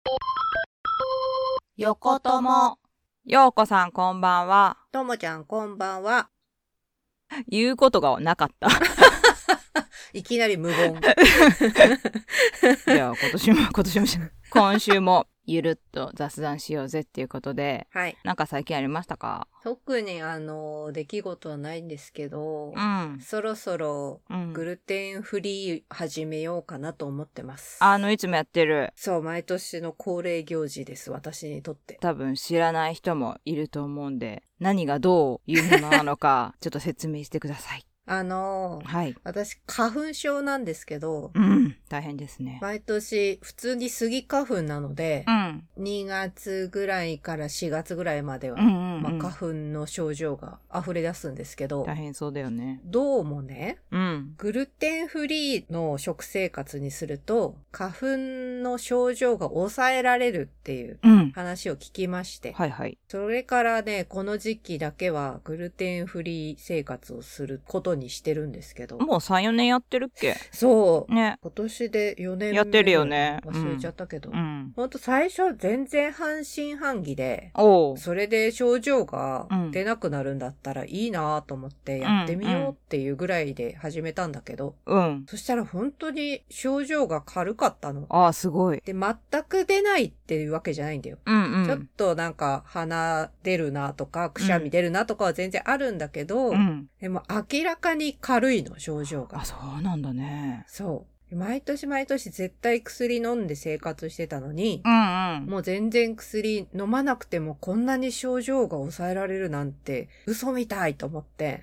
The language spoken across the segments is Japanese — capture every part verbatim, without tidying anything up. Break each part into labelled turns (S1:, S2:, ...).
S1: 横友。ようこさんこんばんは。
S2: ともちゃんこんばんは。
S1: 言うことがなかった
S2: いきなり無言
S1: じゃあ今年も今年も今週もゆるっと雑談しようぜっていうことで、
S2: はい。
S1: なんか最近ありましたか？
S2: 特にあの出来事はないんですけど、
S1: うん、
S2: そろそろ
S1: うん、
S2: グルテンフリー始めようかなと思ってます。
S1: あのいつもやってる。
S2: そう、毎年の恒例行事です、私にとって。
S1: 多分知らない人もいると思うんで、何がどういうものなのかちょっと説明してください。
S2: あのー、
S1: はい。
S2: 私花粉症なんですけど、
S1: うん、大変ですね。
S2: 毎年普通にスギ花粉なので、
S1: うん、
S2: にがつぐらいからしがつぐらいまでは、
S1: うんうんうん、
S2: まあ、花粉の症状が溢れ出すんですけど、
S1: 大変そうだよね。
S2: どうもね、
S1: うん、
S2: グルテンフリーの食生活にすると花粉の症状が抑えられるっていう
S1: うん
S2: 話を聞きまして、
S1: はいはい。
S2: それからね、この時期だけはグルテンフリー生活をすることにしてるんですけど、
S1: もうさん、よねんやってるっけ
S2: そう
S1: ね。
S2: 今年でよねんめ
S1: やってるよね。
S2: 忘れちゃったけど、
S1: うん、
S2: ほんと最初は全然半信半疑で、
S1: おう、
S2: それで症状が出なくなるんだったらいいなと思ってやってみようっていうぐらいで始めたんだけど、
S1: うん、
S2: そしたら本当に症状が軽かったの。
S1: ああすごい。
S2: で、全く出ないっていうわけじゃないんだよ。
S1: うんうん、
S2: ちょっとなんか鼻出るなとかくしゃみ出るなとかは全然あるんだけど、
S1: うん、で
S2: も明らかに軽いの、症状が。
S1: あ、そうなんだね。
S2: そう。毎年毎年絶対薬飲んで生活してたのに、
S1: うんうん、
S2: もう全然薬飲まなくてもこんなに症状が抑えられるなんて嘘みたいと思って、
S1: うん、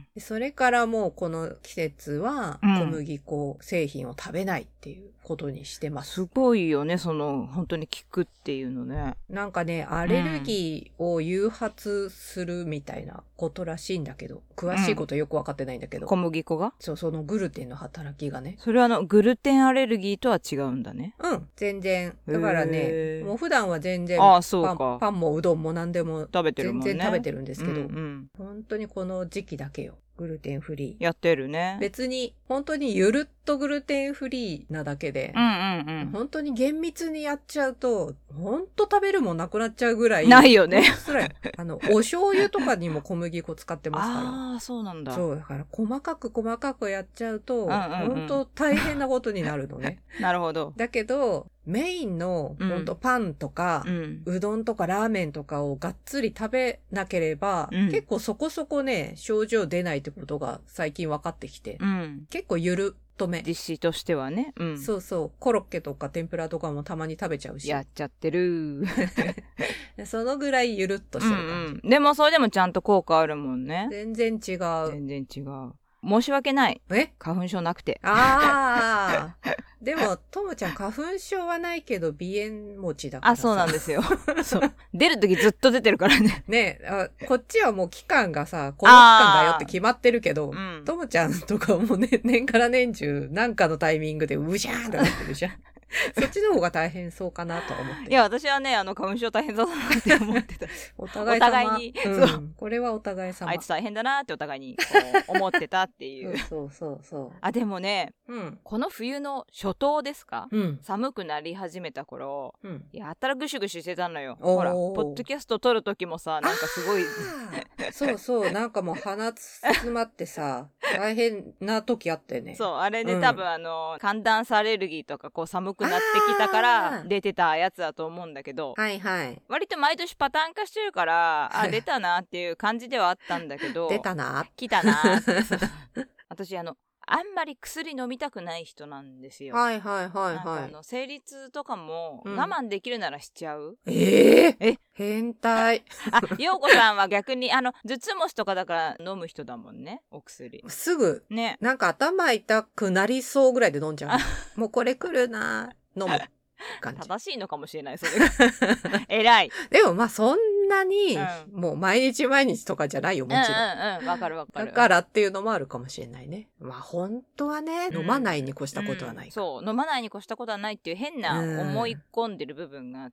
S2: それからもうこの季節は小麦粉製品を食べないっていうことにしてます。
S1: すごいよね、その本当に効くっていうのね。
S2: なんかね、アレルギーを誘発するみたいなことらしいんだけど、詳しいことよくわかってないんだけど、
S1: 小麦粉が？
S2: そう、そのグルテンの働きがね。
S1: それはあのグルテンアレルギーとは違うんだね。
S2: うん、全然。だからね、もう普段は全然
S1: ああそうか、
S2: パン、パンもうどんも何でも
S1: 食べてるもんね。
S2: 全然食べてるんですけど、
S1: うんうん、
S2: 本当にこの時期だけよ。グルテンフリー。
S1: やってるね。
S2: 別に本当にゆるっとグルテンフリーなだけで、
S1: うんうんうん、
S2: 本当に厳密にやっちゃうと、本当食べるもんなくなっちゃうぐらい。
S1: ないよね。
S2: あの、お醤油とかにも小麦粉使ってますから。
S1: ああ、そうなんだ。
S2: そう、だから細かく細かくやっちゃうと、
S1: うんうんうん、
S2: 本当大変なことになるのね。
S1: なるほど。
S2: だけど、メインの、ほんとパンとか、うん、うどんとかラーメンとかをがっつり食べなければ、うん、結構そこそこね、症状出ないってことが最近分かってきて、うん、結構ゆるっとめ。
S1: 実施としてはね、うん。
S2: そうそう、コロッケとか天ぷらとかもたまに食べちゃうし。
S1: やっちゃってる。
S2: そのぐらいゆるっとしてる感じ。
S1: うんうん、でもそれでもちゃんと効果あるもんね。
S2: 全然違う。
S1: 全然違う。申し訳ない。
S2: え？
S1: 花粉症なくて。
S2: ああ。でも、ともちゃん花粉症はないけど鼻炎持ちだからさ。
S1: あ、そうなんですよ。そう。出るときずっと出てるからね。
S2: ねえ、こっちはもう期間がさ、この期間だよって決まってるけど、とも、うん、ちゃんとかもね、年から年中、なんかのタイミングでうしゃーんってなってるじゃん。そっちの方が大変そうかなと思って。
S1: いや、私はね、あの、花粉症大変そうだなって思ってた。
S2: お互い様。お互いに、
S1: うん。そう。
S2: これはお互い様。
S1: あいつ大変だなってお互いにこう思ってたっていう。
S2: そうそうそう。
S1: あ、でもね、
S2: うん、
S1: この冬の初冬ですか、
S2: うん、
S1: 寒くなり始めた頃、うん、やったらぐしゅぐしゅしてたのよ。
S2: ほ
S1: ら、ポッドキャスト撮る時もさ、なんかすごい。
S2: そうそう、なんかもう鼻詰まってさ、大変な時あったよね。
S1: そう、あれね、うん、多分あの、寒暖差アレルギーとかこう寒くなってきたから出てたやつだと思うんだけど、
S2: はいはい。
S1: 割と毎年パターン化してるから、あ、出たなっていう感じではあったんだけど、
S2: 出たな
S1: 来たなって私あの、あんまり薬飲みたくない人なんですよ。
S2: はいはいはいはい。
S1: なんかあの生理痛とかも我慢できるならしちゃう。
S2: うん、えー、
S1: え
S2: 変態。
S1: あ、ようこさんは逆にあの頭痛持ちとかだから飲む人だもんね、お薬。
S2: すぐね。なんか頭痛くなりそうぐらいで飲んじゃう。もうこれ来るな、飲む。
S1: 正しいのかもしれない、それが。偉い。
S2: でもまあそんなに、うん、もう毎日毎日とかじゃないよ、もちろん。
S1: うんうんうん、わかるわかる。
S2: だからっていうのもあるかもしれないね。まあ本当はね、うん、飲まないに越したことはない、
S1: うん、そう飲まないに越したことはないっていう変な思い込んでる部分があって、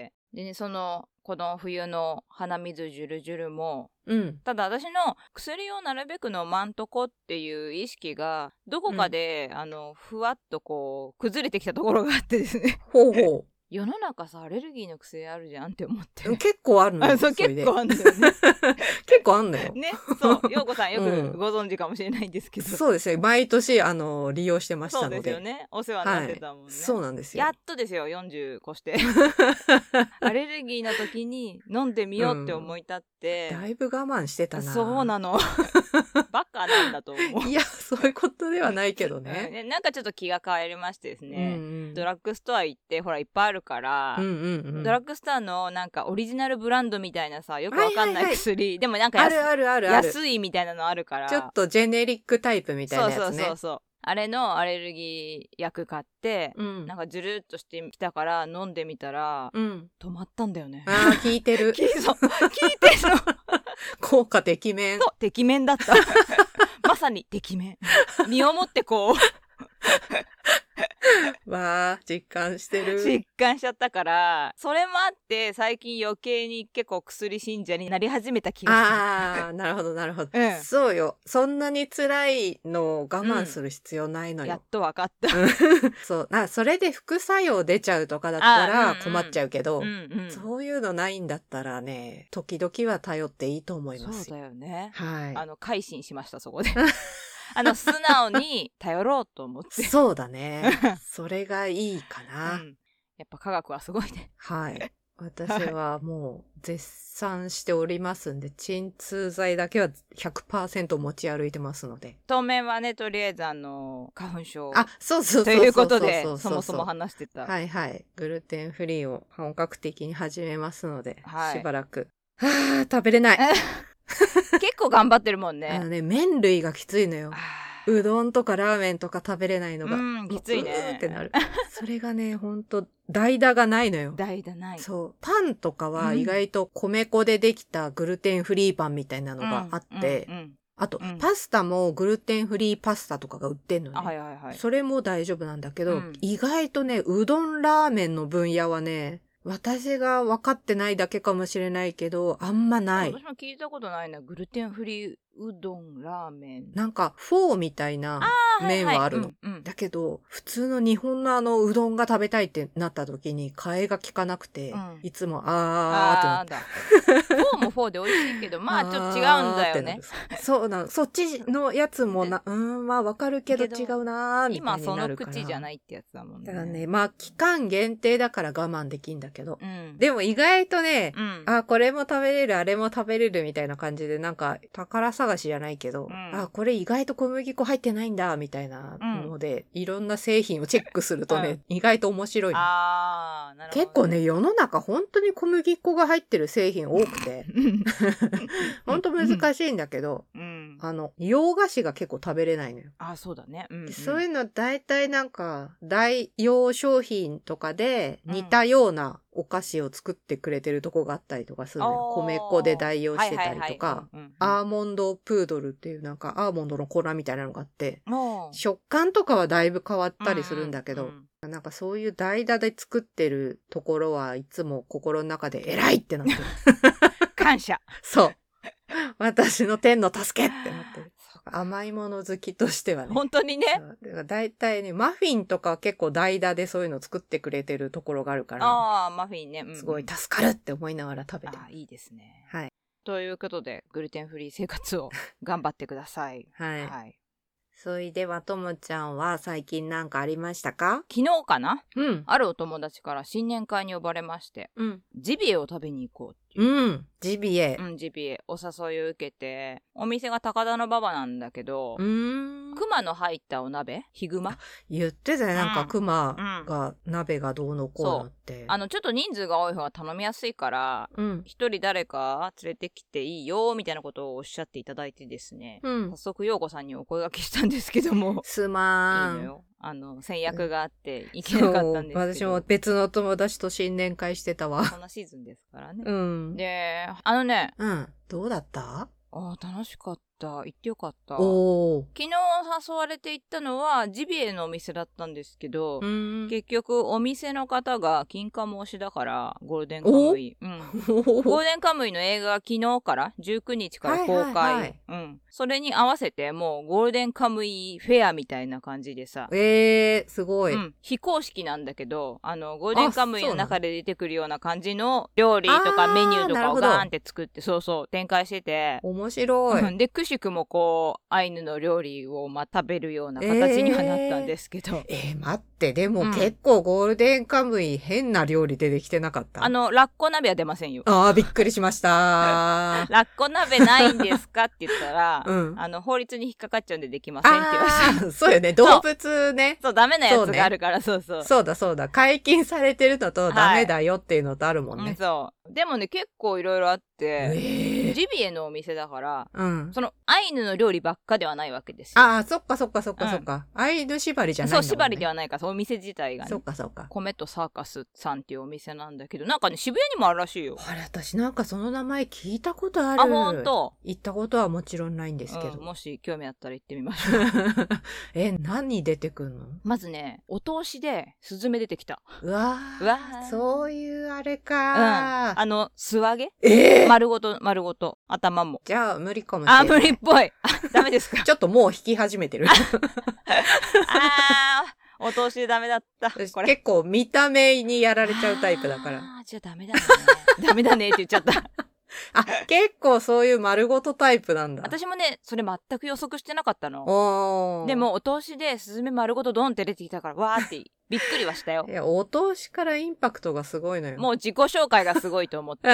S1: うん、でね、そのこの冬の鼻水ジュルジュルも、うん、ただ私の薬をなるべく飲まんとこっていう意識がどこかで、うん、あのふわっとこう崩れてきたところがあってですね。
S2: ほうほう。
S1: 世の中さアレルギーの薬あるじゃんって思って
S2: 結構あるのよ。
S1: そう結構あるんだよね
S2: 結構あんのよ
S1: ね。そう陽子さんよくご存知かもしれないんですけど、
S2: うん、そうですね毎年あの利用してましたので。
S1: そうですよねお世話になってたもんね、はい、
S2: そうなんですよ。
S1: やっとですよよんじゅう越してアレルギーの時に飲んでみようって思い立って、
S2: うん、だいぶ我慢してたな。
S1: そうなのバカなんだと思う。
S2: いやそういうことではないけどね、
S1: うん、なんかちょっと気が変わりましてですね、うんうん、ドラッグストア行ってほらいっぱいあるから、うんうんうん、ドラッグストアのなんかオリジナルブランドみたいなさよくわかんない薬、はいはいはい、でもなんか安、あるあるあるある安いみたいなのあるから
S2: ちょっとジェネリックタイプみたいなやつね。
S1: そうそうそうそうあれのアレルギー薬買って、うん、なんかジュルっとしてきたから飲んでみたら、うん、止まったんだよね。
S2: あー効いてる
S1: 効いてるの
S2: 効果てきめん。
S1: そうてきめんだったまさにてきめん身をもってこう
S2: わあ実感してる。
S1: 実感しちゃったからそれもあって最近余計に結構薬信者になり始めた気がする。
S2: ああなるほどなるほど、うん、そうよそんなに辛いのを我慢する必要ないのよ、
S1: うん、やっと分かった
S2: そうあそれで副作用出ちゃうとかだったら困っちゃうけど、うんうん、そういうのないんだったらね時々は頼っていいと思います。
S1: そうだよね、
S2: はい、
S1: あの改心しましたそこであの素直に頼ろうと思って
S2: そうだねそれがいいかな、うん、
S1: やっぱ科学はすごいね。
S2: はい私はもう絶賛しておりますんで鎮痛剤だけは ひゃくパーセント 持ち歩いてますので。
S1: 当面はねとりあえずあの花粉症
S2: あそうそうそうそう
S1: ということでそもそも話してた
S2: はいはいグルテンフリーを本格的に始めますので、はい、しばらくはあ食べれない
S1: 結構頑張ってるもんね。
S2: あのね麺類がきついのよ。うどんとかラーメンとか食べれないのが、
S1: うん、きついね
S2: ってなるそれがねほんと代打がないのよ。
S1: 代打ない。
S2: そうパンとかは意外と米粉でできたグルテンフリーパンみたいなのがあって、うんうんうん、あと、うん、パスタもグルテンフリーパスタとかが売ってんのね、
S1: はいはいはい、
S2: それも大丈夫なんだけど、うん、意外とねうどんラーメンの分野はね私が分かってないだけかもしれないけどあんまない。
S1: 私も聞いたことないなグルテンフリーうどんラーメン。
S2: なんかフォーみたいな麺はあるの、はいはいうんうん、だけど普通の日本のあのうどんが食べたいってなった時に替えが効かなくて、うん、いつもあーってな
S1: ってフォーもフォーで美味しいけどまあちょっと違うんだよね
S2: そうなのそっちのやつもなうんまあわかるけど違うなーみたいになるから
S1: 今その口じゃないってやつだもんね。
S2: だからねまあ期間限定だから我慢できんだけど、うん、でも意外とね、うん、あこれも食べれるあれも食べれるみたいな感じでなんか宝探しじゃないけど、うん、あこれ意外と小麦粉入ってないんだみたいなので、うん、いろんな製品をチェックするとね、うん、意外と面白いの。
S1: あーなるほど。
S2: 結構ね世の中本当に小麦粉が入ってる製品多くて本当難しいんだけど、うん、あの洋菓子が結構食べれないのよ。
S1: あそうだね、うんうん、
S2: そういうの大体なんか代用商品とかで似たようなお菓子を作ってくれてるとこがあったりとかするのよ。米粉で代用してたりとか、アーモンドプードルっていうなんかアーモンドの粉みたいなのがあって、食感とかはだいぶ変わったりするんだけど、うんうん、なんかそういう代打で作ってるところはいつも心の中で偉いってなってる。
S1: 感謝。
S2: そう。私の天の助けってなってる。甘いもの好きとしてはね。
S1: 本当にね。
S2: だいたいね、マフィンとかは結構代打でそういうの作ってくれてるところがあるから。
S1: ああ、マフィンね、
S2: うん。すごい助かるって思いながら食べてます。
S1: あいいですね。
S2: はい。
S1: ということで、グルテンフリー生活を頑張ってください。
S2: はい。はい。それではともちゃんは最近なんかありましたか？
S1: 昨日かな、
S2: うん、
S1: あるお友達から新年会に呼ばれまして、
S2: うん、
S1: ジビエを食べに行こうっていう、
S2: うん、ジビエ、
S1: うん、ジビエお誘いを受けて、お店が高田馬場なんだけど、
S2: うーん、
S1: 熊の入ったお鍋、ヒグマ
S2: 言ってたね、なんか熊が、うん、鍋がどうのこうのって、
S1: あのちょっと人数が多い方が頼みやすいから一、うん、人誰か連れてきていいよみたいなことをおっしゃっていただいてですね、
S2: うん、
S1: 早速陽子さんにお声掛けしたんですけども
S2: すまーん、
S1: いいのよ、あの先約があって行けなかったんですけど、
S2: 私も別の友達と新年会してたわ。
S1: そんなシーズンですからね、
S2: うん、
S1: であのね、
S2: うん、どうだった？
S1: あ楽しかっ行ってよかった。昨日誘われて行ったのはジビエのお店だったんですけど、結局お店の方が金カム推しだからゴールデンカムイ、うん、ゴールデンカムイの映画が昨日からじゅうくにちから公開、はいはいはい、うん、それに合わせてもうゴールデンカムイフェアみたいな感じでさ、
S2: えー、すごい、うん、
S1: 非公式なんだけど、あのゴールデンカムイの中で出てくるような感じの料理とかメニューとかをガーンって作って、そうそう展開してて
S2: 面白い、
S1: うん、でくしくもこうアイヌの料理をまあ食べるような形にはなったんですけど、
S2: えー、えー、待ってでも、うん、結構ゴールデンカムイ変な料理出てきてなかった？
S1: あのラッコ鍋は出ませんよ。
S2: あーびっくりしました
S1: ラッコ鍋ないんですかって言ったら、うん、あの法律に引っかかっちゃうんでできませんって言われて、
S2: そうよね、動物ね、
S1: そうダメなやつがあるから、そう、ね、そうそう
S2: そうだそうだ、解禁されてるのとダメだよっていうのとあるもんね、
S1: はい、うん、そうでもね結構いろいろあって、えー、ジビエのお店だから、うん、そのアイヌの料理ばっかではないわけですよ。
S2: ああ、そっかそっかそっかそっか、うん、アイヌ縛りじゃないんだもんね。
S1: そう、縛りではないから、そのお店自体がね。
S2: そっかそっか。
S1: 米とサーカスさんっていうお店なんだけど、なんかね渋谷にもあるらしいよ。
S2: あれ、私なんかその名前聞いたことある。
S1: あ、ほんと？
S2: 行ったことはもちろんないんですけど、うん、
S1: もし興味あったら行ってみましょう。
S2: え、何出てくんの？
S1: まずね、お通しでスズメ出てきた。
S2: うわー、うわー、そういうあれかー、
S1: うん、あの素揚げ、
S2: えー、
S1: 丸ごと丸ごと頭も。
S2: じゃあ無理かもしれない。
S1: あ、無理っぽい。あ、ダメですか？
S2: ちょっともう引き始めてる。
S1: あー、お通しでダメだった。これ
S2: 結構見た目にやられちゃうタイプだから。
S1: あー、じゃあダメだね。ダメだねって言っちゃった。
S2: あ、結構そういう丸ごとタイプなんだ。
S1: 私もね、それ全く予測してなかったの。でもお通しでスズメ丸ごとドンって出てきたから、わーってびっくりはしたよ。
S2: いや、お通しからインパクトがすごいのよ。
S1: もう自己紹介がすごいと思って。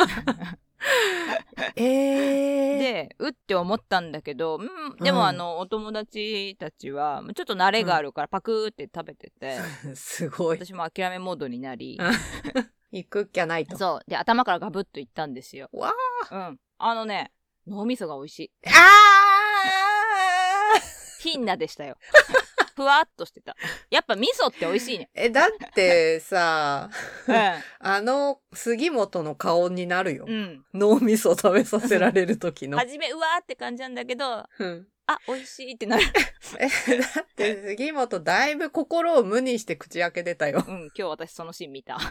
S2: えー、
S1: で、うって思ったんだけど、うん、でもあの、うん、お友達たちはちょっと慣れがあるからパクーって食べてて、
S2: うん、すごい。
S1: 私も諦めモードになり、
S2: 行くっきゃないと。
S1: そうで頭からガブッといったんですよ。
S2: わ
S1: ー、うん、あのね、脳みそが美味しい。
S2: あ
S1: ーひんなでしたよ。ふわっとしてた。やっぱ味噌って美味しいね。
S2: え、だってさ、うん、あの杉本の顔になるよ、うん、脳みそ食べさせられる時の。
S1: はじめうわーって感じなんだけど、うん、あ、美味しいってなる。
S2: え、だって杉本だいぶ心を無にして口開けてたよ。
S1: うん、今日私そのシーン見た。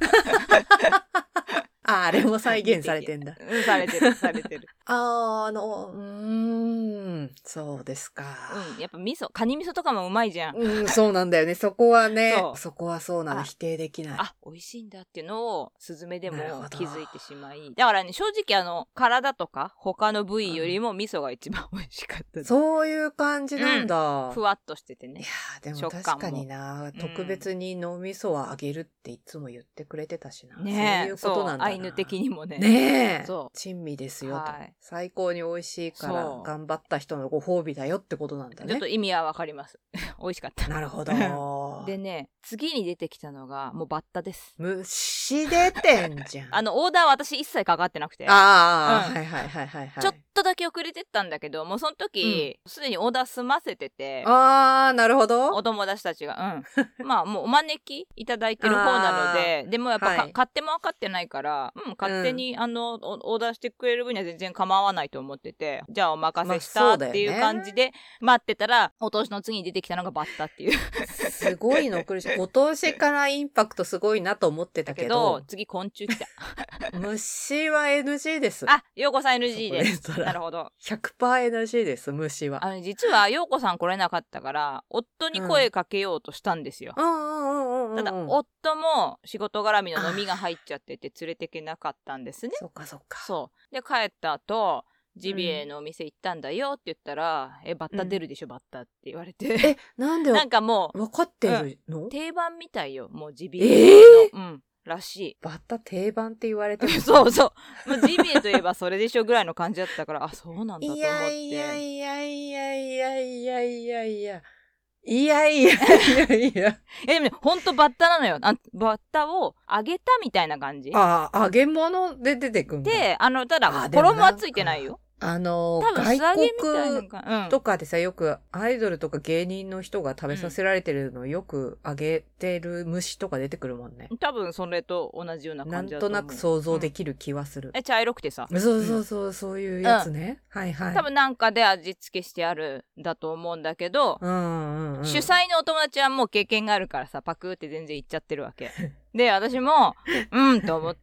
S2: あ、あれも再現されてんだ。
S1: うん、されてる、されてる。
S2: あー、あの、うーん、そうですか。
S1: うん、やっぱ味噌、カニ味噌とかもうまいじゃん。
S2: うん、そうなんだよね。そこはね、そ, そこはそうなの、否定できない。
S1: あ、美味しいんだっていうのを、スズメでも気づいてしまい。だからね、正直あの、体とか、他の部位よりも味噌が一番美味しかった、うん。
S2: そういう感じなんだ。
S1: うん、ふわっとしててね。
S2: いやー、でも確かにな、特別に脳みそはあげるっていつも言ってくれてたしな。ね、そういうことなんだな。
S1: アイヌ的にもね。
S2: ねえ。そう。珍味ですよと、はい。最高に美味しいから頑張った人のご褒美だよってことなんだね。
S1: ちょっと意味はわかります。美味しかった。
S2: なるほど。
S1: でね、次に出てきたのがもうバッタです。
S2: 虫出てんじゃん。
S1: あのオーダー私一切かかってなくて。
S2: ああ、うん、はいはいはいはいはい。
S1: ちょっとだけ遅れてったんだけど、もうその時すで、うん、にオーダー済ませてて。
S2: ああ、なるほど。
S1: お友達たちが、うん、まあもうお招きいただいてる方なので、でもやっぱ、はい、勝手も分かってないから、うん、勝手に、うん、あのオーダーしてくれる分には全然構わないと思ってて、じゃあお任せしたっていう感じで待ってたら、お通しの次に出てきたのがバッタっていう。
S2: すごいの来るし、お通しからインパクトすごいなと思ってたけど、
S1: けど次昆虫来た。
S2: 虫は エヌジー です。
S1: あ、ようこさん エヌジー です。なるほど。
S2: ひゃくパーセントエヌジー です、虫は。
S1: あの実はようこさん来れなかったから夫に声かけようとしたんですよ。うんうんうんうん、ただ夫も仕事絡みの飲みが入っちゃってて連れてけなかったんですね。
S2: そっかそっか。
S1: そうで帰った後ジビエのお店行ったんだよって言ったら、うん、えバッタ出るでしょ、うん、バッタって言われて、
S2: えなんで
S1: なんかもう
S2: 分かってるの、
S1: うん、定番みたいよ、もうジビエの、えー、うんらしい。
S2: バッタ定番って言われてる。
S1: そうそう、もうジビエといえばそれでしょぐらいの感じだったからあ、そうなんだと思って。いや
S2: いやいやいやいやいやいやいやいやいやいやいや
S1: えでもね、ほんとバッタなのよ。あバッタを揚げたみたいな感じ。
S2: ああ、揚げ物で出てくんだ。
S1: で、あのただ衣はついてないよ。
S2: あの外国とかでさ、よくアイドルとか芸人の人が食べさせられてるのをよくあげてる虫とか出てくるもんね。
S1: 多分それと同じような感じだと思う。
S2: なんとなく想像できる気はする。
S1: うん、え茶色くてさ。
S2: そうそうそう、うん、そういうやつね、うん、はいはい。
S1: 多分なんかで味付けしてあるんだと思うんだけど、うんうんうん、主催のお友達はもう経験があるからさ、パクって全然いっちゃってるわけ。で、私も、うんと思って、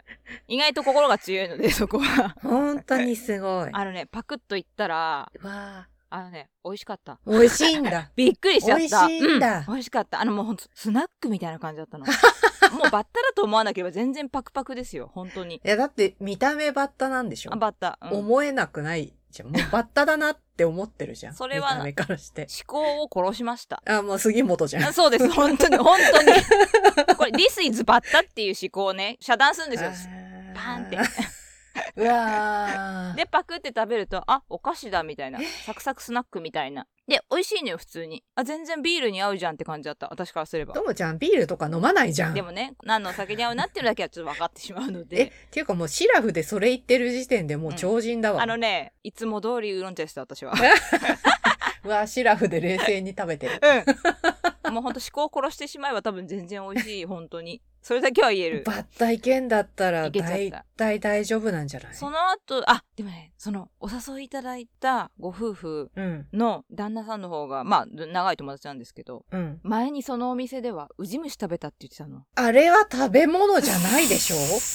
S1: 意外と心が強いので、そこは。
S2: 本当にすごい。
S1: あのね、パクッといったら、
S2: わ
S1: あのね、美味しかった。
S2: 美味しいんだ。
S1: びっくりしちゃった。
S2: 美味しいんだ。
S1: うん、美味しかった。あのもうほんと、スナックみたいな感じだったの。もうバッタだと思わなければ全然パクパクですよ、本当に。い
S2: や、だって見た目バッタなんでしょ？
S1: あ、バッタ。
S2: うん、思えなくないじゃん。もうバッタだなって思ってるじゃん。
S1: それは、
S2: 見た目からして。
S1: 思考を殺しました。
S2: あ、もう杉本じゃん。
S1: そうです、本当に、本当に。これ、This is バッタっていう思考をね、遮断するんですよ。パーンって。
S2: うわー。
S1: で、パクって食べると、あ、お菓子だみたいな。サクサクスナックみたいな。で、美味しいのよ、普通に。あ、全然ビールに合うじゃんって感じだった。私からすれば。
S2: ともちゃん、ビールとか飲まないじゃん。
S1: でもね、何のお酒に合うなっていうだけはちょっと分かってしまうので。
S2: え、っていうかもうシラフでそれ言ってる時点でもう超人だわ。
S1: うん、あのね、いつも通りウーロン茶でした、私は。
S2: うわ、シラフで冷静に食べてる。
S1: うん。もうほんと思考を殺してしまえば多分全然美味しい、本当に。それだけは言える。
S2: バッタいけんだったら大体大丈夫なんじゃない？
S1: その後、あ、でもね、そのお誘いいただいたご夫婦の旦那さんの方が、まあ長い友達なんですけど、うん、前にそのお店ではウジ虫食べたって言ってたの。
S2: あれは食べ物じゃないでしょ？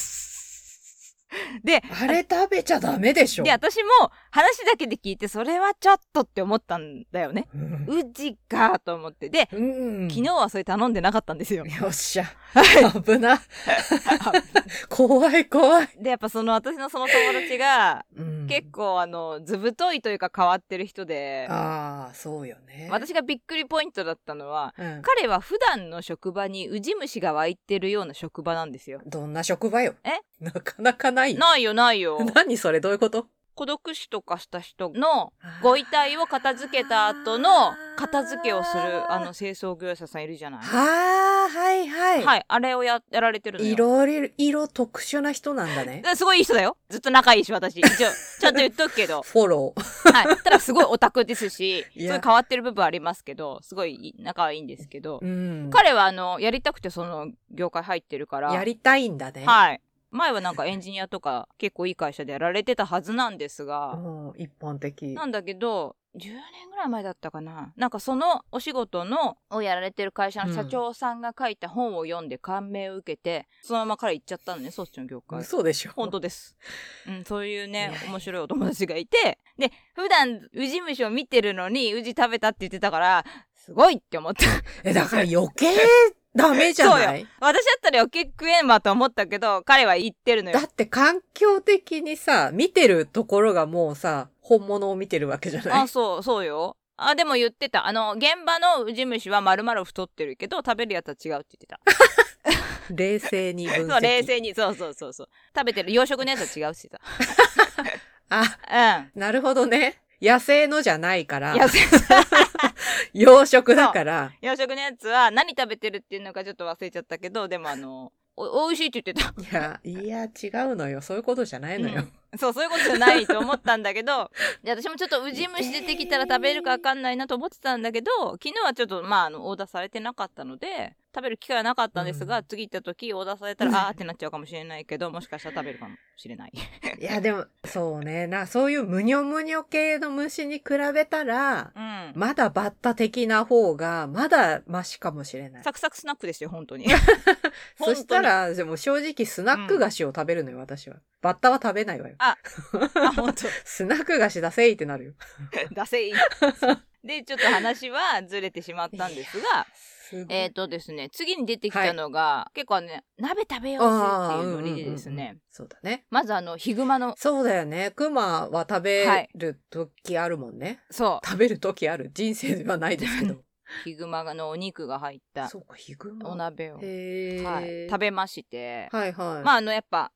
S2: で、あれ食べちゃダメでしょ。
S1: で、私も話だけで聞いて、それはちょっとって思ったんだよね。うん、うじかと思って。で、うんうん、昨日はそれ頼んでなかったんですよ。
S2: よっしゃ。危な。怖い怖い。
S1: で、やっぱその私のその友達が、うん、結構あの、ずぶといというか変わってる人で。
S2: ああ、そうよね。
S1: 私がびっくりポイントだったのは、うん、彼は普段の職場にウジ虫が湧いてるような職場なんですよ。
S2: どんな職場よ。
S1: え？
S2: なかなかない。
S1: ないよないよ。
S2: 何それどういうこと？
S1: 孤独死とかした人のご遺体を片付けた後の片付けをするあの清掃業者さんいるじゃない？
S2: はあ、はいはい。
S1: はい、あれを や, やられてるのよ。
S2: いろいろ、色特殊な人なんだね。
S1: すごいいい人だよ。ずっと仲いいし、私。一応、ちゃんと言っとくけど。
S2: フォロー。
S1: はい。ただすごいオタクですし、すごい変わってる部分ありますけど、すごい仲はいいんですけど、うん、彼はあの、やりたくてその業界入ってるから。
S2: やりたいんだね。
S1: はい。前はなんかエンジニアとか結構いい会社でやられてたはずなんですが、
S2: うん、一般的
S1: なんだけどじゅうねんぐらい前だったかな、なんかそのお仕事のをやられてる会社の社長さんが書いた本を読んで感銘を受けて、うん、そのまま彼行っちゃったのね、そっちの業界。
S2: 嘘でしょ？
S1: 本当です、うん、そういうね面白いお友達がいて、で普段ウジ虫を見てるのにウジ食べたって言ってたからすごいって思った
S2: えだから余計ダメじゃない？そうよ。
S1: 私だったら余計食えんわと思ったけど、彼は言ってるのよ。
S2: だって環境的にさ、見てるところがもうさ、本物を見てるわけじゃない？
S1: あ、そう、そうよ。あ、でも言ってた。あの、現場のウジ虫は丸々太ってるけど、食べるやつは違うって言ってた。
S2: 冷静に分析。
S1: そう、冷静に。そうそうそうそう。食べてる養殖のやつは違うって言って
S2: た。あ、うん。なるほどね。野生のじゃないから。
S1: 野生
S2: 養殖だから。
S1: 養殖のやつは何食べてるっていうのかちょっと忘れちゃったけど、でもあの、お、おいしいって言ってた。
S2: いや、いや、違うのよ。そういうことじゃないのよ。
S1: うん、そう、そういうことじゃないと思ったんだけど、で私もちょっとウジ虫出てきたら食べるか分かんないなと思ってたんだけど、昨日はちょっと、まあ、あの、オーダーされてなかったので、食べる機会はなかったんですが、うん、次行った時オーダーされたら、うん、あーってなっちゃうかもしれないけど、もしかしたら食べるかもしれない。
S2: いや、でも、そうね。な、そういうむにょむにょ系の虫に比べたら、うん、まだバッタ的な方が、まだマシかもしれない。
S1: サクサクスナックですよ、本当に。
S2: そしたら、でも正直スナック菓子を食べるのよ、うん、私は。バッタは食べないわよ。
S1: あ、あ、本当。
S2: スナック菓子出せいってなるよ。
S1: 出せい。で、ちょっと話はずれてしまったんですが、えっ、ー、とですね、次に出てきたのが、はい、結構ね、鍋食べようぜっていうノリでですね、うんうんうん、
S2: そうだね。
S1: まずあの、ヒグマの。
S2: そうだよね。クマは食べる時あるもんね。はい、そう。食べる時ある。人生ではないですけど。
S1: ヒグマのお肉が入った
S2: そうかヒグマ
S1: お鍋を、
S2: へー、
S1: はい、食べまして、
S2: はいはい、
S1: まああのやっぱ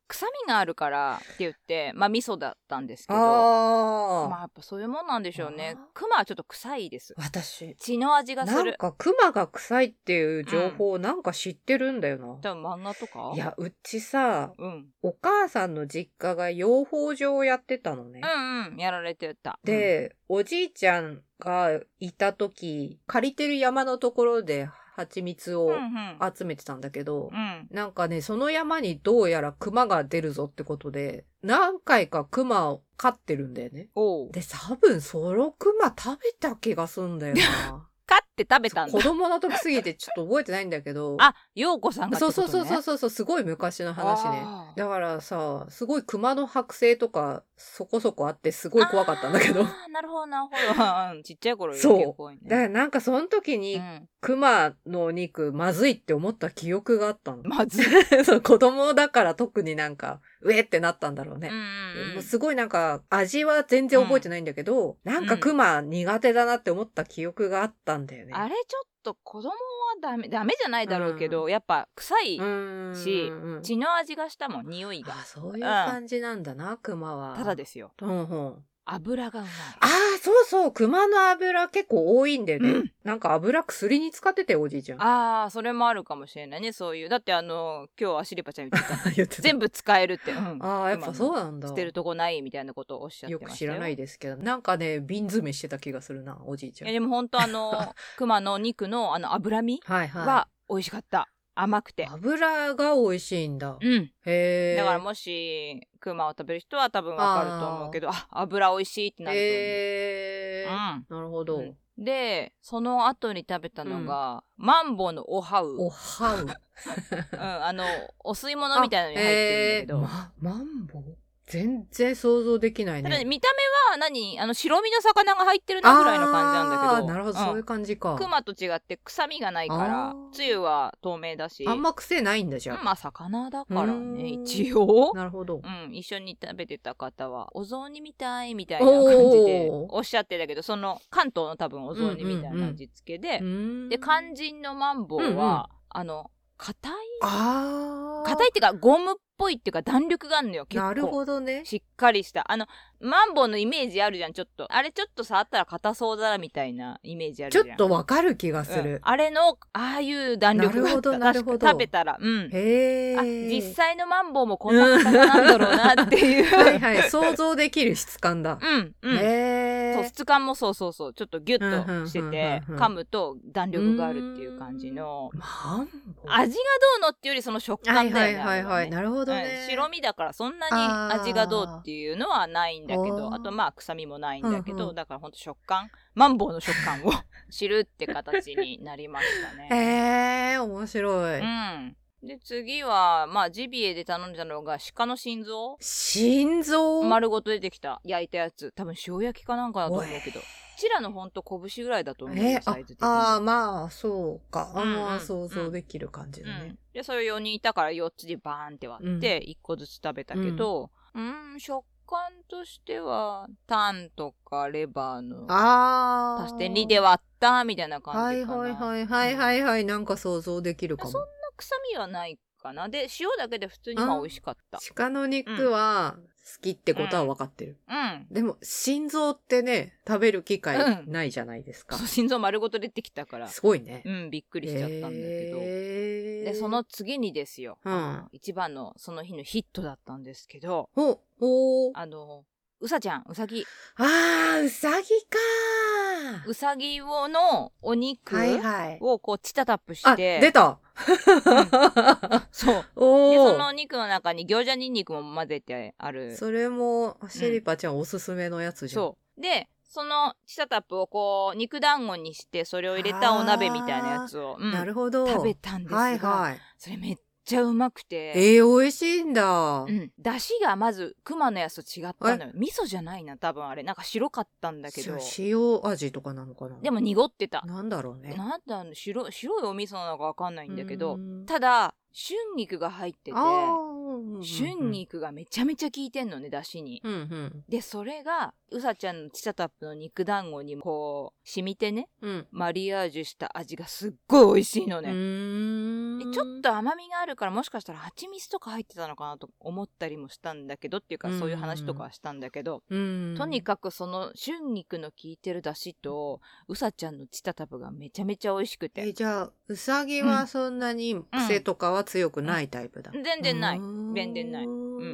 S1: 臭みがあるからって言ってまあ味噌だったんですけど、
S2: あ
S1: まあやっぱそういうもんなんでしょうね。クマはちょっと臭いです。
S2: 私
S1: 血の味がする。
S2: なんかクマが臭いっていう情報をなんか知ってるんだよな、うん、
S1: 多分漫画とか。
S2: いやうちさ、
S1: うん、
S2: お母さんの実家が養蜂場をやってたのね。
S1: うんうんやられてた。
S2: で、うん、おじいちゃんがいた時借りてる山のところで蜂蜜を集めてたんだけど、うんうん、なんかね、その山にどうやらクマが出るぞってことで、何回かクマを飼ってるんだよね。で、多分そのクマ食べた気がすんだよな。
S1: 飼って食べたんだ。
S2: 子供の時すぎてちょっと覚えてないんだけど。
S1: あ、陽子さんがってことね。
S2: そうそうそうそうそう、すごい昔の話ね。だからさ、すごい熊の剥製とかそこそこあってすごい怖かったんだけど。
S1: ああ、なるほどなるほど。ちっちゃい頃より結構怖いね。
S2: そう。だからなんかその時に、うん、熊のお肉まずいって思った記憶があったの。
S1: まずい。
S2: そう、子供だから特になんか、うえってなったんだろうね。
S1: うんうんうん、
S2: もうすごいなんか、味は全然覚えてないんだけど、うん、なんか熊苦手だなって思った記憶があったんだよね。
S1: あれちょっと子供はダメ、ダメじゃないだろうけど、うん、やっぱ臭いし、血の味がしたもん、匂いが。
S2: あ、そういう感じなんだな、うん、熊は。
S1: ただですよ。
S2: うんうん。
S1: 油がうまい。
S2: ああ、そうそう。熊の油結構多いんだよね。うん、なんか油薬に使ってておじいちゃん。
S1: ああ、それもあるかもしれないね。そういう。だってあの、今日アシリパちゃん言ってた。言ってた全部使えるって。うん、
S2: ああ、やっぱそうなんだ。
S1: 捨てるとこないみたいなことをおっしゃってましたよ。
S2: よく知らないですけど。なんかね、瓶詰めしてた気がするな、おじいちゃん。
S1: いやでも本当あの、熊の肉のあの脂身は美味しかった。甘くて。
S2: 油が美味しいんだ。
S1: うん。
S2: へえ。
S1: だからもし、クマを食べる人は多分わかると思うけど、あ、油美味しいってなると思う。
S2: へー。うん。なるほど、うん。
S1: で、その後に食べたのが、うん、マンボウのおはう。
S2: おはう。
S1: うん、あの、お吸い物みたいなのに入ってるんだけど。
S2: ま、マンボウ全然想像できないね。
S1: ただ見た目は何あの白身の魚が入ってるなぐらいの感じなんだけど。
S2: ああ、なるほど、うん、そういう感じか。
S1: クマと違って臭みがないから、つゆは透明だし。
S2: あんま癖ないんだじゃん。
S1: まあ魚だからね、一応。
S2: なるほど。
S1: うん、一緒に食べてた方は、お雑煮みたいみたいな感じでおっしゃってたけど、その関東の多分お雑煮みたいな味付けで、うんうんうん、で、肝心のマンボウは、うんうん、あの、硬い
S2: あ
S1: 硬いっていうかゴムっぽいっていうか弾力があるのよ結構。
S2: なるほどね。
S1: しっかりしたあのマンボウのイメージあるじゃん。ちょっとあれちょっと触ったら硬そうだなみたいなイメージあるじゃん。
S2: ちょっとわかる気がする、
S1: うん、あれのああいう弾力があった。
S2: なるほど
S1: 食べたらうん
S2: へー。
S1: あ実際のマンボウもこんな硬さなんだろうなっていう
S2: はいはい想像できる質感だ。
S1: うんうんへー。そう質感もそうそうそうちょっとギュッとしてて噛むと弾力があるっていう感じの
S2: マンボウ
S1: 味がどうのっていうよりその食感だよね。
S2: はいはいはいはい、ね、なるほどね、
S1: うん、白身だからそんなに味がどうっていうのはないんだけど あ, あとまあ臭みもないんだけど、うんうん、だからほんと食感マンボウの食感を知るって形になりましたね。
S2: へー面白い。
S1: うんで次はまあジビエで頼んだのが鹿の心臓
S2: 心臓
S1: 丸ごと出てきた焼いたやつ多分塩焼きかなんかだと思うけどちらのほんと拳ぐらいだと思うよサイズ的に。
S2: ああまあそうかあんま想像できる感じだね、うんうん、
S1: でそれよにんいたからよっつでバーンって割っていっこずつ食べたけど、うん、うん食感としてはタンとかレバーの
S2: あ
S1: 足してにで割ったみたいな感じかな。
S2: はいはいはいはいはいはい、うん、なんか想像できるかも。
S1: そんな臭みはないかな。で塩だけで普通にまあ美味しかった。
S2: 鹿の肉は好きってことは分かってる、
S1: うんうん、
S2: でも心臓ってね食べる機会ないじゃないですか、
S1: うん、心臓丸ごと出てきたから
S2: すごいね。
S1: うんびっくりしちゃったんだけど、えー、でその次にですよ、うん、一番のその日のヒットだったんですけど
S2: ほほ
S1: あのうさちゃんうさぎ
S2: あーうさぎか
S1: うさぎをのお肉をこうチタタップして、
S2: はいはい、あ出た
S1: うん、そうおでその肉の中に餃子ニンニクも混ぜてある。
S2: それもシェリパちゃん、うん、おすすめのやつじゃん。
S1: そうでそのチタタップをこう肉団子にしてそれを入れたお鍋みたいなやつを、うん、
S2: なるほど
S1: 食べたんですが、はいはい、それめっちゃうまくて
S2: えー、美味しいんだ。
S1: うん。出汁がまず熊のやつと違ったのよ。味噌じゃないな多分あれなんか白かったんだけど
S2: 塩味とかなのかな。
S1: でも濁ってた。
S2: なんだろうね。
S1: なんだろう白白いお味噌なのかわかんないんだけどただ春菊が入ってて春菊がめちゃめちゃ効いてんのね出汁に、うんうん、でそれがうさちゃんのチタタップの肉団子にこう染みてね、うん、マリアージュした味がすっごい美味しいのね。うーんでちょっと甘みがあるからもしかしたら蜂蜜とか入ってたのかなと思ったりもしたんだけどっていうか、そういう話とかはしたんだけど、とにかくその春菊の効いてる出汁とうさちゃんのチタタプがめちゃめちゃ美味しくて。
S2: えじゃあうさぎはそんなに癖とかは強くないタイプだ、
S1: うんうん、全然ない全然ない、うん、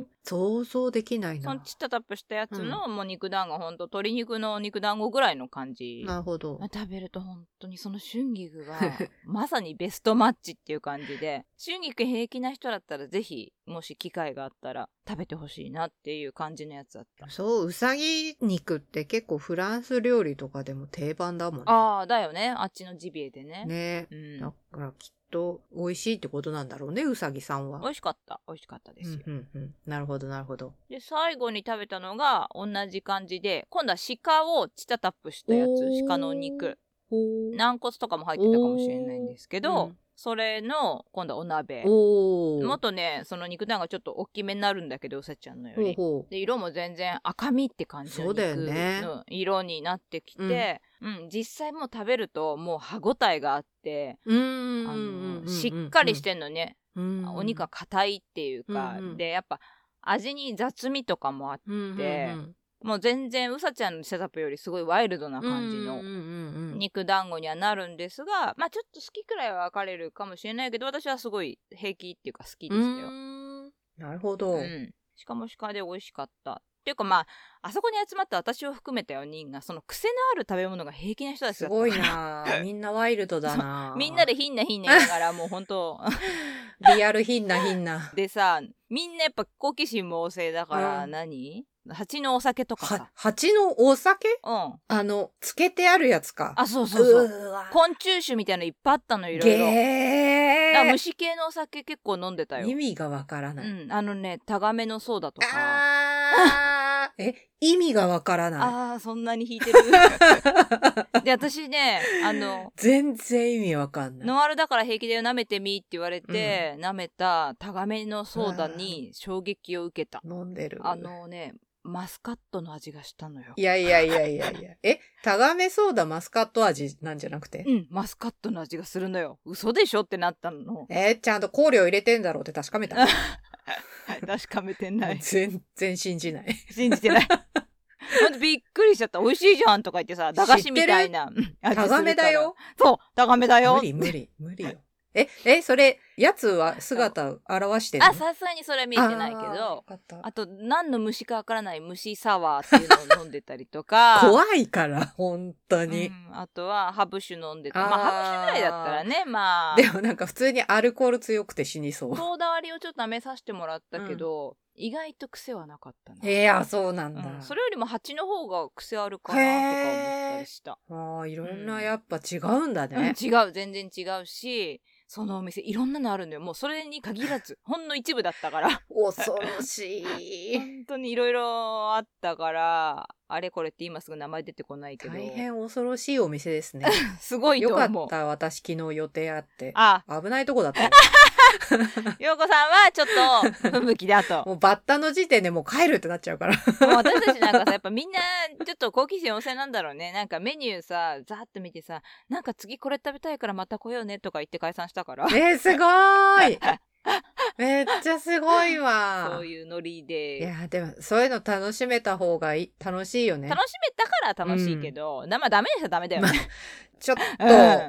S2: 想像できないな。
S1: そのチタタプしたやつの、うん、もう肉団子ほんと鶏肉の肉団子ぐらいの感じ。
S2: なるほど。
S1: 食べると本当にその春菊がまさにベストマッチっていう感じで春菊平気な人だったらぜひもし機会があったら食べてほしいなっていう感じのやつだった。
S2: そううさぎ肉って結構フランス料理とかでも定番だもんね。
S1: ああだよね、あっちのジビエでね。
S2: ね、うん、だからきっと美味しいってことなんだろうね、うさぎさんは。
S1: 美味しかった美味しかったですよ、
S2: うんうんうん、なるほどなるほど。
S1: で最後に食べたのが同じ感じで今度は鹿をチタタップしたやつ、鹿のお肉、軟骨とかも入ってたかもしれないんですけど、うん、それの今度はお鍋。もっとねその肉団がちょっと大きめになるんだけどうさちゃんのよりほうほうで色も全然赤身って感じの肉の色になってきて、う、ねうん、実際もう食べるともう歯ごたえがあってあのしっかりしてんのね、うんお肉が硬いっていうか、うんうん、でやっぱ味に雑味とかもあって、うんうんうんもう全然うさちゃんのセタプよりすごいワイルドな感じの肉団子にはなるんですが、まあちょっと好きくらいは分かれるかもしれないけど私はすごい平気っていうか好きでしたよ。
S2: なるほど、
S1: うん、しかも鹿で美味しかったっていうかまああそこに集まった私を含めたよにんがその癖のある食べ物が平気な人たちだった。
S2: すごいなみんなワイルドだな
S1: みんなでひんなひんな言いながらもう本当
S2: リアルひんなひんな
S1: でさみんなやっぱ好奇心旺盛だから、うん、何蜂のお酒とかさ。
S2: 蜂のお酒？
S1: うん。
S2: あの、漬けてあるやつか。
S1: あ、そうそうそう。う昆虫酒みたいなのいっぱいあったの、いろいろ。ゲー。だから虫系のお酒結構飲んでたよ。
S2: 意味がわからない。
S1: うん。あのね、タガメのソーダとか。
S2: あー。え、意味がわからない。
S1: ああ、そんなに引いてる。で、私ね、あの、
S2: 全然意味わかんない。
S1: ノンアルだから平気だよ、舐めてみって言われて、うん、舐めたタガメのソーダに衝撃を受けた。
S2: 飲んでる。
S1: あのね、マスカットの味がしたのよ。
S2: いやいやいやいやいや。え、タガメソーダマスカット味なんじゃなくて？
S1: うん、マスカットの味がするのよ。嘘でしょってなったの。
S2: えー、ちゃんと香料入れてんだろうって確かめた。
S1: 確かめてない。
S2: 全然信じない。
S1: 信じてない。ほんとびっくりしちゃった。美味しいじゃんとか言ってさ、駄菓子みたいな。
S2: タガメだよ。
S1: そう、タガメだよ。
S2: 無理無理無理よ。え、え、それ、やつは姿を表してるの？
S1: あ、さすがにそれは見えてないけど、あ, あと、何の虫かわからない虫サワーっていうのを飲んでたりとか。
S2: 怖いから、本当に、うん。
S1: あとは、ハブ酒飲んでた。まあ、ハブ酒ぐらいだったらね、まあ。
S2: でもなんか普通にアルコール強くて死にそう。
S1: ソーダ割りをちょっと舐めさせてもらったけど、うん、意外と癖はなかったな。
S2: ええー、そうなんだ、
S1: うん。それよりも蜂の方が癖あるかなとか思ったりした。
S2: ああ、いろんなやっぱ違うんだね、
S1: うん。違う、全然違うし、そのお店いろんなのあるんだよ。もうそれに限らずほんの一部だったから
S2: 恐ろしい。
S1: 本当にいろいろあったからあれこれって今すぐ名前出てこないけど
S2: 大変恐ろしいお店ですね。
S1: すごいと思う。
S2: よかった私昨日予定あって
S1: あ
S2: 危ないとこだったよ。
S1: 陽子さんはちょっと不向きだと。
S2: もうバッタの時点でもう帰るってなっちゃうから。
S1: もう私たちなんかさやっぱみんなちょっと好奇心旺盛なんだろうね。なんかメニューさざーっと見てさなんか次これ食べたいからまた来ようねとか言って解散したから。
S2: えー、すごーい。めっちゃすごいわ。
S1: そういうノリで。
S2: いやでもそういうの楽しめた方がいい。楽しいよね。
S1: 楽しめたから楽しいけど、うん、まあダメでしたらダメだよね。ま
S2: ちょっと、うん、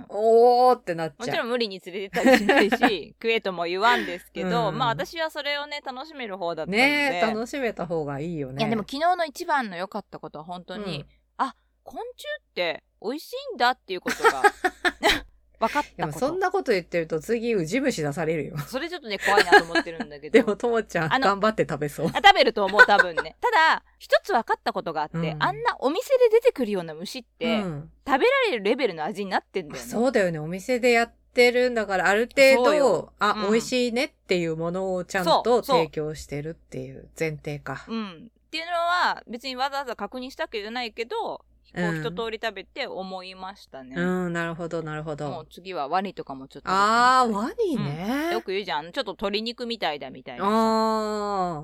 S2: おーってなっちゃう。
S1: もちろん無理に連れてったりしないし食えとも言わんですけど、うん、まあ私はそれをね楽しめる方だったので
S2: ねえ楽しめた方がいいよね。
S1: いやでも昨日の一番の良かったことは本当に、うん、あ昆虫って美味しいんだっていうことが分かったこと。
S2: でもそんなこと言ってると次ウジ虫出されるよ。
S1: それちょっとね怖いなと思ってるんだけど
S2: でもともちゃん頑張って食べそう。
S1: あ食べると思う多分ね。ただ一つ分かったことがあって、うん、あんなお店で出てくるような虫って、うん、食べられるレベルの味になってんだよね。
S2: そうだよね。お店でやってるんだからある程度あ、うん、美味しいねっていうものをちゃんと提供してるっていう前提か。
S1: うん。っていうのは別にわざわざ確認したわけじゃないけどこう一通り食べて思いましたね。
S2: うん、うん、なるほどなるほど。
S1: もう次はワニとかもちょっと。
S2: ああワニね、
S1: うん、よく言うじゃん。ちょっと鶏肉みたいだみたいな。ああ。うん。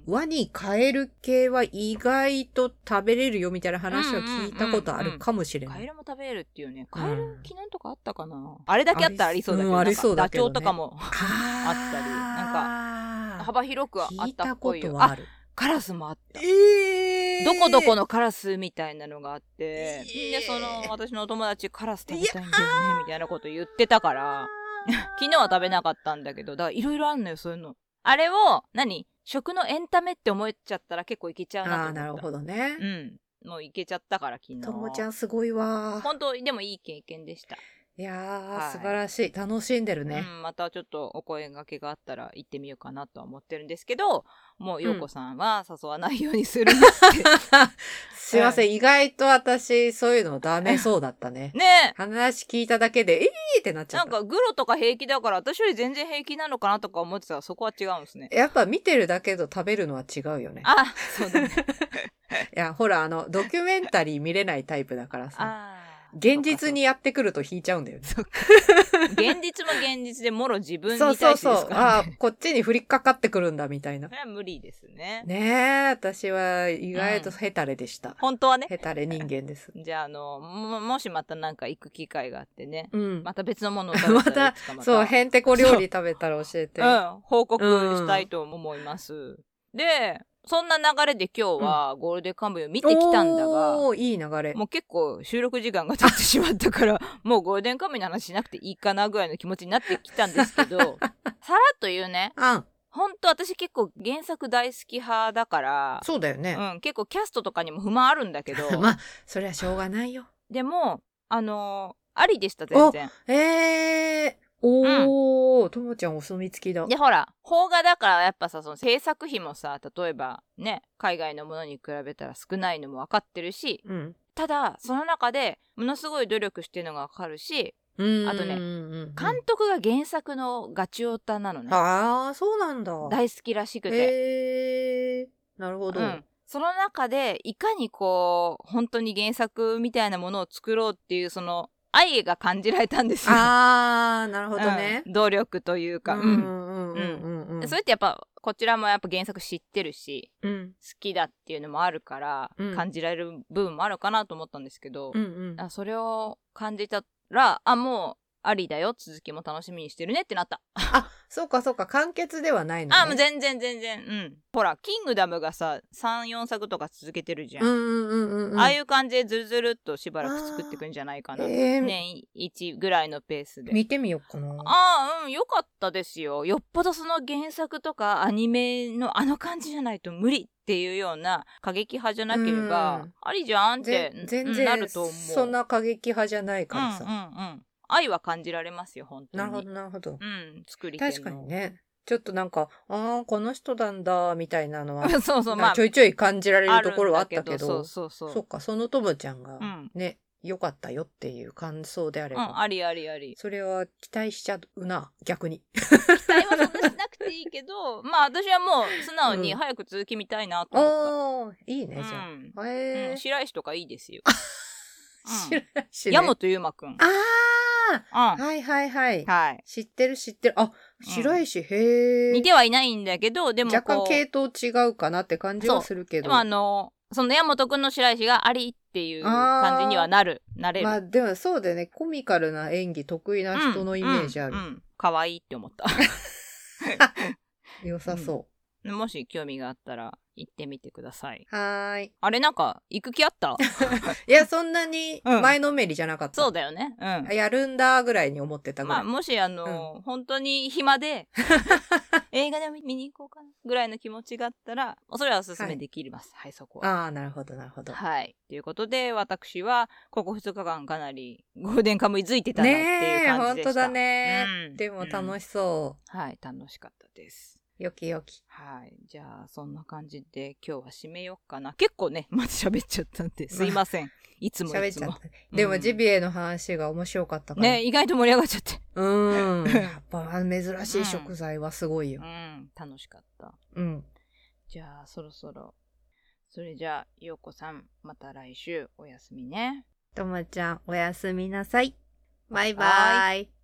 S2: ワニ、カエル系は意外と食べれるよみたいな話は聞いたことあるかもしれない。
S1: カエルも食べれるっていうね。カエル記念とかあったかな、うん、あれだけあったらありそうだけど、
S2: うん、ありそうだけど、ね、
S1: ダチョウとかもあったり、なんか幅広くあったっぽいよ。
S2: 聞いたことはある。
S1: カラスもあった。
S2: えー、
S1: どこどこのカラスみたいなのがあって、えー、で、その、私のお友達カラス食べたいんだよね、みたいなこと言ってたから、昨日は食べなかったんだけど、だからいろいろあるのよ、そういうの。あれを、何食のエンタメって思っちゃったら結構いけちゃうなと思った。
S2: ああ、なるほどね。
S1: うん。もういけちゃったから昨日。
S2: ともちゃんすごいわ。
S1: 本当でもいい経験でした。
S2: いやー、はい、素晴らしい。楽しんでるね。
S1: うん、またちょっとお声掛けがあったら行ってみようかなとは思ってるんですけど、もう陽子さんは誘わないようにするって、うん、
S2: すいません、意外と私そういうのダメそうだったね。
S1: ねえ。
S2: 話聞いただけで、えーってなっちゃった。
S1: なんかグロとか平気だから私より全然平気なのかなとか思ってたらそこは違うんですね。
S2: やっぱ見てるだけと食べるのは違うよね。
S1: あ、そうだね。
S2: いや、ほら、あの、ドキュメンタリー見れないタイプだからさ。
S1: あ
S2: 現実にやってくると引いちゃうんだよね。
S1: 現実も現実でもろ自分に対してですからね。そうそうそう。
S2: ああ、こっちに降りかかってくるんだみたいな。
S1: それは無理ですね。
S2: ねえ、私は意外とヘタレでした。うん、
S1: 本当はね。
S2: ヘタレ人間です。
S1: じゃあ、あの、も、もしまたなんか行く機会があってね。
S2: うん。
S1: また別のものを食べたらいつかまた。
S2: そう、へんてこ料理食べたら教えて。
S1: うん、報告したいと思います。うん、で、そんな流れで今日はゴールデンカムイを見てきたんだが、
S2: おー、いい流れ。
S1: もう結構収録時間が経ってしまったから、もうゴールデンカムイの話しなくていいかなぐらいの気持ちになってきたんですけど、さらっと言うね、
S2: うん、
S1: ほんと私結構原作大好き派だから、
S2: そうだよね。
S1: うん、結構キャストとかにも不満あるんだけど、
S2: まあ、それはしょうがないよ。
S1: でも、あのー、ありでした、全然。
S2: えー。おー、ともちゃんお墨付きだ。
S1: で、ほら、邦画だからやっぱさ、その制作費もさ、例えばね、海外のものに比べたら少ないのも分かってるし、
S2: うん、
S1: ただ、その中でものすごい努力してるのが分かるし、あとね、監督が原作のガチオタなのね。
S2: ああ、そうなんだ。
S1: 大好きらしくて。
S2: へえ、なるほど。
S1: うん。その中で、いかにこう、本当に原作みたいなものを作ろうっていう、その、愛が感じられたんですよ。
S2: あー、なるほどね。
S1: うん、努力というか。
S2: うんうんうんうん。
S1: それってやっぱ、こちらもやっぱ原作知ってるし、
S2: うん、
S1: 好きだっていうのもあるから、うん、感じられる部分もあるかなと思ったんですけど、
S2: うんうん、
S1: あそれを感じたら、あ、もう、ありだよ、続きも楽しみにしてるねってなった。
S2: あ、そうかそうか、完結ではないのね。
S1: あ、もう全然全然、うん。ほら、キングダムがさ、さん、よんさくとか続けてるじゃん。
S2: うんうんうんうん。
S1: ああいう感じでずるずるっとしばらく作っていくんじゃないかな。えー、年いちぐらいのペースで。
S2: 見てみようかな。
S1: ああ、うん、よかったですよ。よっぽどその原作とかアニメのあの感じじゃないと無理っていうような過激派じゃなければ、ありじゃんって
S2: 全然
S1: なると思う。
S2: そんな過激派じゃないからさ。
S1: うんうんうん。愛は感じられますよ、本当に。
S2: なるほど、なるほど。
S1: うん、作り手の。
S2: 確かにね。ちょっとなんか、ああ、この人なんだ、みたいなのは、
S1: そうそう、まあ、
S2: ちょいちょい感じられるところはあったけど、
S1: そうそうそう。
S2: そっか、そのともちゃんが、ね、良、うん、かったよっていう感想であれば、
S1: うん、ありありあり。
S2: それは期待しちゃうな、逆に。
S1: 期待はそんなしなくていいけど、まあ私はもう素直に早く続き見たいなと思った。
S2: うん、ああ、いいね、じゃあ。うん、へえ、
S1: うん、白石とかいいですよ。
S2: 白石、
S1: ね。山本優馬くん。
S2: ああ、うん、はいはいはい。はい。知ってる知ってる。あ、白石、うん、へえ。
S1: 似てはいないんだけど、でも
S2: 若干系統違うかなって感じはするけど。
S1: でもあの、その山本くんの白石がありっていう感じにはなる、なれる。
S2: まあでもそうだよね。コミカルな演技得意な人のイメージある。
S1: うん、うんうん、可愛いって思った。
S2: 良さそう、
S1: うん。もし興味があったら行ってみてください。
S2: はーい。
S1: あれなんか行く気あった
S2: いや、そんなに前のめりじゃなかった。
S1: うん、そうだよね。うん。
S2: やるんだぐらいに思ってたぐらい。
S1: まあもしあの、うん、本当に暇で映画で見に行こうかなぐらいの気持ちがあったら、それはおすすめできます。はい、はい、そこは。
S2: ああ、なるほどなるほど。
S1: はい。ということで私はここふつかかんかなりゴールデンカムイづいてたなっていう感じでした。
S2: ねえ、本当だね、うん。でも楽しそう、
S1: うん。はい、楽しかったです。
S2: よきよき。
S1: はい。じゃあ、そんな感じで今日は締めようかな。結構ね、まず喋っちゃったんで、すいません。いつもいつも。喋っちゃった。
S2: でも、ジビエの話が面白かったから。
S1: ね、意外と盛り上がっちゃって。
S2: うーん。やっぱ、珍しい食材はすごいよ。
S1: うん、うん、楽しかった。
S2: うん。
S1: じゃあ、そろそろ。それじゃあ、ようこさん、また来週おやすみね。
S2: ともちゃん、おやすみなさい。バイバイ。